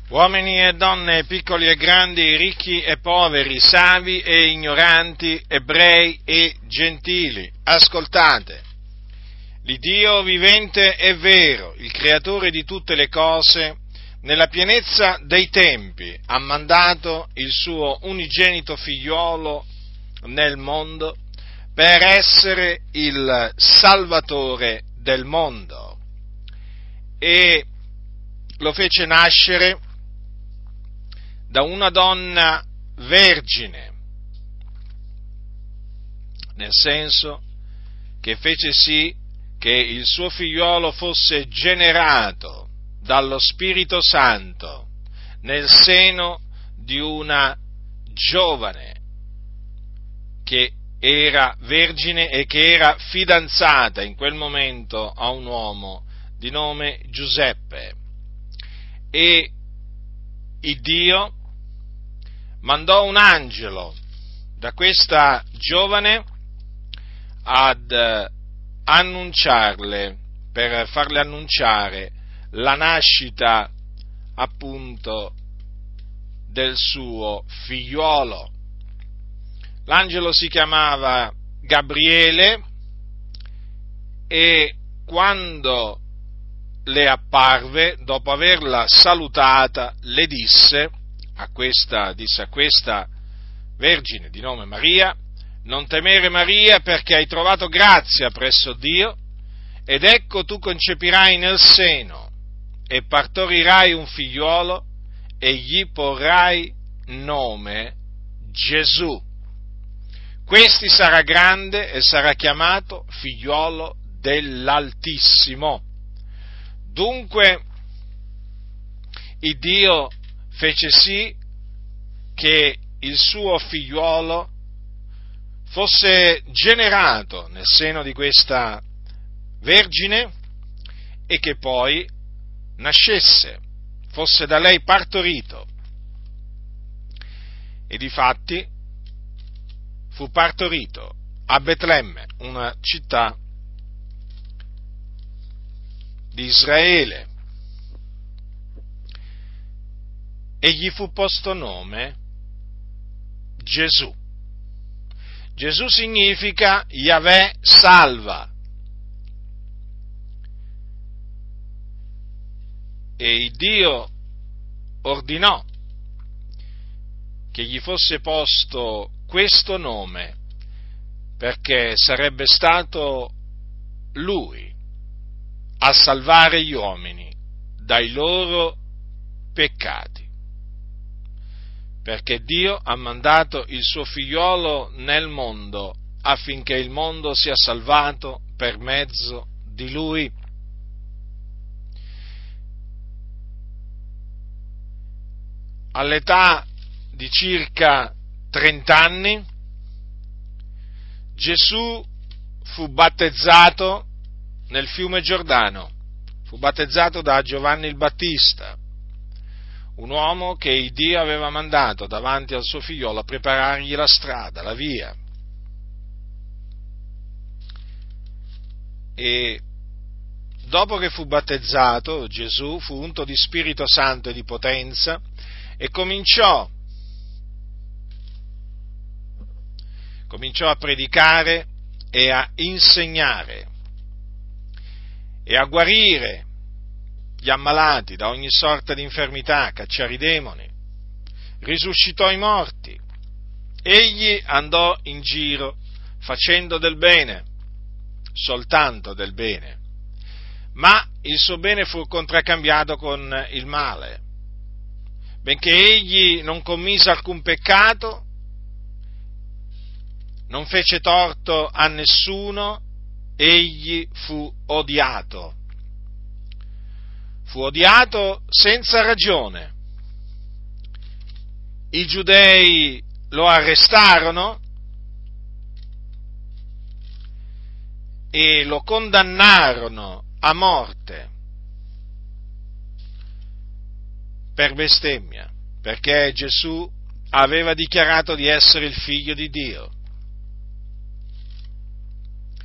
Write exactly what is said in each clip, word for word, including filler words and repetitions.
Uomini e donne, piccoli e grandi, ricchi e poveri, savi e ignoranti, ebrei e gentili, ascoltate. L'Iddio vivente e vero, il creatore di tutte le cose, nella pienezza dei tempi, ha mandato il suo unigenito figliuolo nel mondo per essere il Salvatore del mondo. E lo fece nascere da una donna vergine, nel senso che fece sì che il suo figliuolo fosse generato dallo Spirito Santo nel seno di una giovane che era vergine e che era fidanzata in quel momento a un uomo di nome Giuseppe. E il Dio mandò un angelo da questa giovane ad annunciarle, per farle annunciare la nascita appunto del suo figliuolo. L'angelo si chiamava Gabriele e quando le apparve, dopo averla salutata, le disse a questa, disse a questa vergine di nome Maria: non temere, Maria, perché hai trovato grazia presso Dio, ed ecco tu concepirai nel seno e partorirai un figliuolo e gli porrai nome Gesù. Questi sarà grande e sarà chiamato figliuolo dell'Altissimo. Dunque, il Dio fece sì che il suo figliuolo fosse generato nel seno di questa vergine e che poi nascesse, fosse da lei partorito. E difatti fu partorito a Betlemme, una città di Israele, e gli fu posto nome Gesù. Gesù significa Yahweh salva. E il Dio ordinò che gli fosse posto questo nome perché sarebbe stato Lui a salvare gli uomini dai loro peccati. Perché Dio ha mandato il suo figliolo nel mondo affinché il mondo sia salvato per mezzo di Lui. All'età di circa trent'anni Gesù fu battezzato nel fiume Giordano, fu battezzato da Giovanni il Battista, un uomo che il Dio aveva mandato davanti al suo figliolo a preparargli la strada, la via. E dopo che fu battezzato, Gesù fu unto di Spirito Santo e di potenza e cominciò, cominciò a predicare e a insegnare e a guarire gli ammalati da ogni sorta di infermità, cacciare i demoni, risuscitò i morti. Egli andò in giro facendo del bene, soltanto del bene, ma il suo bene fu contraccambiato con il male. Benché egli non commise alcun peccato, non fece torto a nessuno, egli fu odiato. Fu odiato senza ragione. I giudei lo arrestarono e lo condannarono a morte per bestemmia, perché Gesù aveva dichiarato di essere il figlio di Dio.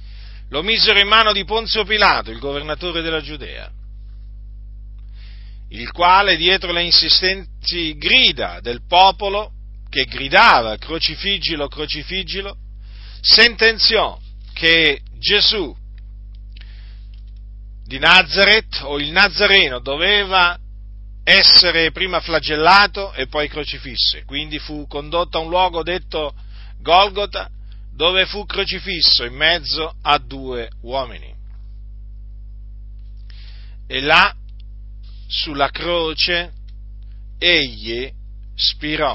Lo misero in mano di Ponzio Pilato, il governatore della Giudea. il quale, dietro le insistenti grida del popolo, che gridava crocifiggilo, crocifiggilo, sentenziò che Gesù di Nazaret, o il Nazareno, doveva essere prima flagellato e poi crocifisso. Quindi fu condotto a un luogo detto Golgota, dove fu crocifisso in mezzo a due uomini. E là, sulla croce, egli spirò.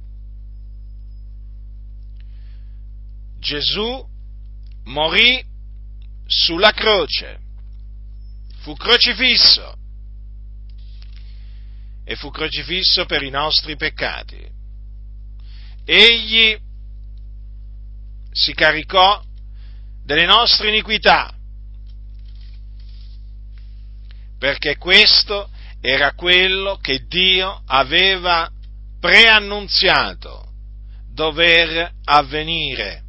Gesù morì sulla croce, fu crocifisso, e fu crocifisso per i nostri peccati. Egli si caricò delle nostre iniquità, perché questo era quello che Dio aveva preannunziato dover avvenire.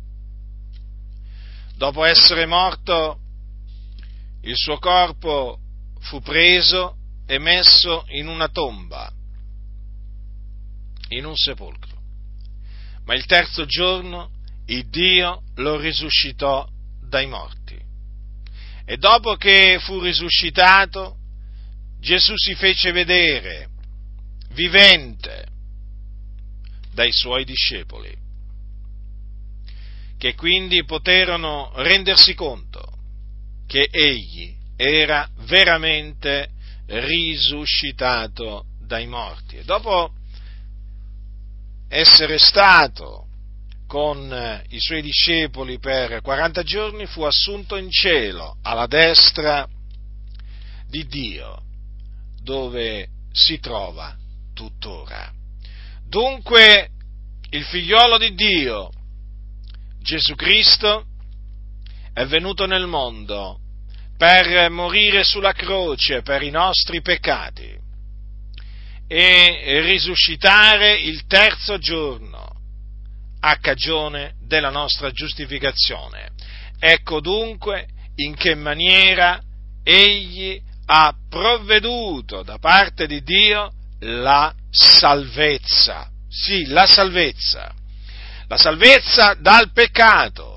Dopo essere morto, il suo corpo fu preso e messo in una tomba, in un sepolcro. Ma il terzo giorno il Dio lo risuscitò dai morti. E dopo che fu risuscitato, Gesù si fece vedere vivente dai suoi discepoli, che quindi poterono rendersi conto che egli era veramente risuscitato dai morti. E dopo essere stato con i suoi discepoli per quaranta giorni, fu assunto in cielo alla destra di Dio, dove si trova tuttora. Dunque il figliolo di Dio, Gesù Cristo, è venuto nel mondo per morire sulla croce per i nostri peccati e risuscitare il terzo giorno a cagione della nostra giustificazione. Ecco dunque in che maniera egli ha provveduto da parte di Dio la salvezza. Sì, la salvezza. La salvezza dal peccato.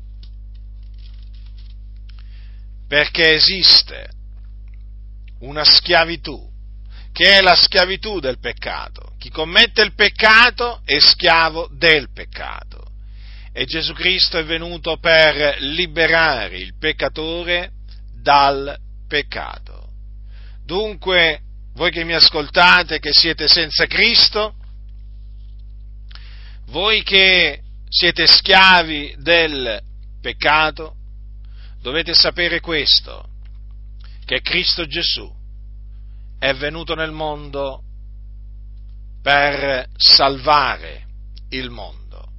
Perché esiste una schiavitù, che è la schiavitù del peccato. Chi commette il peccato è schiavo del peccato. E Gesù Cristo è venuto per liberare il peccatore dal peccato. Dunque, voi che mi ascoltate, che siete senza Cristo, voi che siete schiavi del peccato, dovete sapere questo, che Cristo Gesù è venuto nel mondo per salvare il mondo.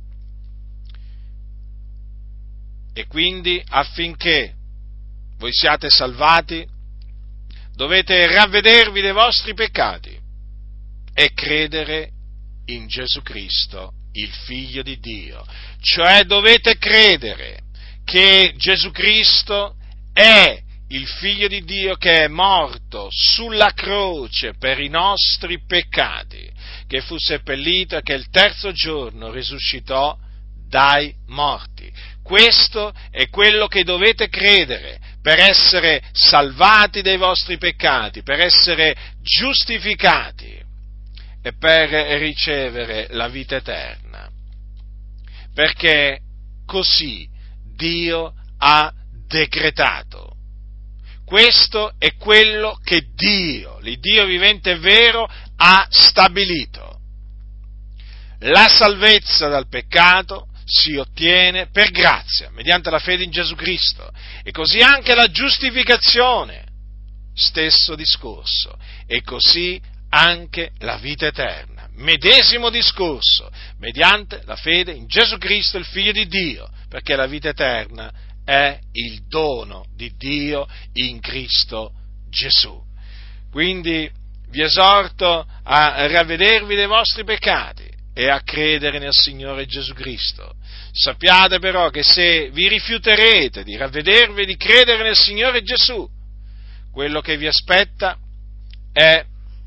E quindi affinché voi siate salvati, dovete ravvedervi dei vostri peccati e credere in Gesù Cristo, il Figlio di Dio. Cioè dovete credere che Gesù Cristo è il Figlio di Dio che è morto sulla croce per i nostri peccati, che fu seppellito e che il terzo giorno risuscitò dai morti. Questo è quello che dovete credere per essere salvati dai vostri peccati, per essere giustificati e per ricevere la vita eterna. Perché così Dio ha decretato. Questo è quello che Dio, l'Iddio vivente e vero, ha stabilito. La salvezza dal peccato si ottiene per grazia, mediante la fede in Gesù Cristo, e così anche la giustificazione, stesso discorso, e così anche la vita eterna, medesimo discorso, mediante la fede in Gesù Cristo, il Figlio di Dio, perché la vita eterna è il dono di Dio in Cristo Gesù. Quindi vi esorto a ravvedervi dei vostri peccati e a credere nel Signore Gesù Cristo. Sappiate però che se vi rifiuterete di ravvedervi e di credere nel Signore Gesù, quello che vi aspetta è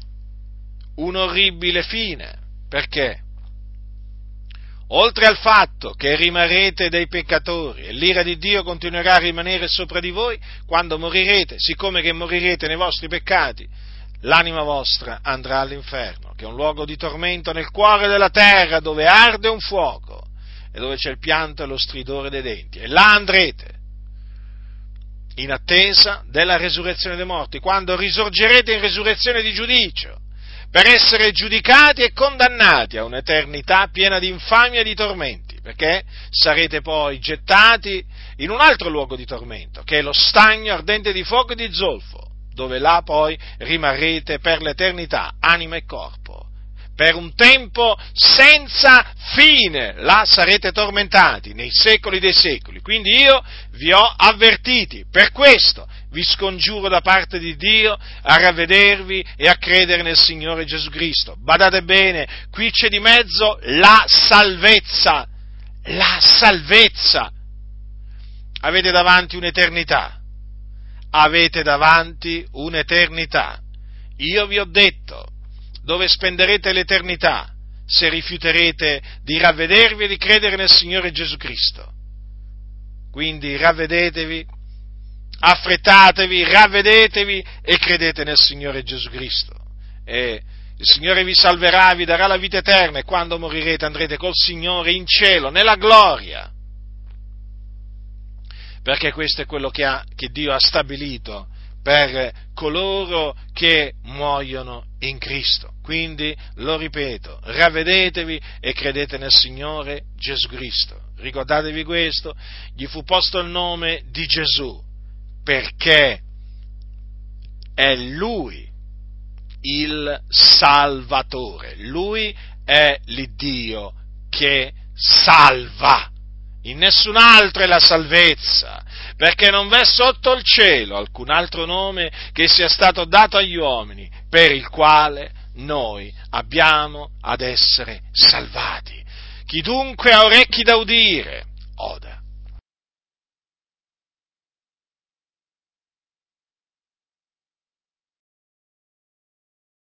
un orribile fine. Perché? Oltre al fatto che rimarrete dei peccatori e l'ira di Dio continuerà a rimanere sopra di voi, quando morirete, siccome che morirete nei vostri peccati, l'anima vostra andrà all'inferno, che è un luogo di tormento nel cuore della terra, dove arde un fuoco e dove c'è il pianto e lo stridore dei denti. E là andrete, in attesa della resurrezione dei morti, quando risorgerete in resurrezione di giudicio, per essere giudicati e condannati a un'eternità piena di infamia e di tormenti, perché sarete poi gettati in un altro luogo di tormento, che è lo stagno ardente di fuoco e di zolfo, dove là poi rimarrete per l'eternità, anima e corpo, per un tempo senza fine. Là sarete tormentati nei secoli dei secoli. Quindi io vi ho avvertiti, per questo vi scongiuro da parte di Dio a ravvedervi e a credere nel Signore Gesù Cristo. Badate bene, qui c'è di mezzo la salvezza, la salvezza. Avete davanti un'eternità, avete davanti un'eternità. Io vi ho detto dove spenderete l'eternità se rifiuterete di ravvedervi e di credere nel Signore Gesù Cristo. Quindi ravvedetevi, affrettatevi, ravvedetevi e credete nel Signore Gesù Cristo. E il Signore vi salverà, vi darà la vita eterna e quando morirete andrete col Signore in cielo, nella gloria. Perché questo è quello che, ha, che Dio ha stabilito per coloro che muoiono in Cristo. Quindi, lo ripeto, ravvedetevi e credete nel Signore Gesù Cristo. Ricordatevi questo, gli fu posto il nome di Gesù, perché è Lui il Salvatore, Lui è l'Iddio che salva. In nessun altro è la salvezza, perché non v'è sotto il cielo alcun altro nome che sia stato dato agli uomini, per il quale noi abbiamo ad essere salvati. Chi dunque ha orecchi da udire, oda.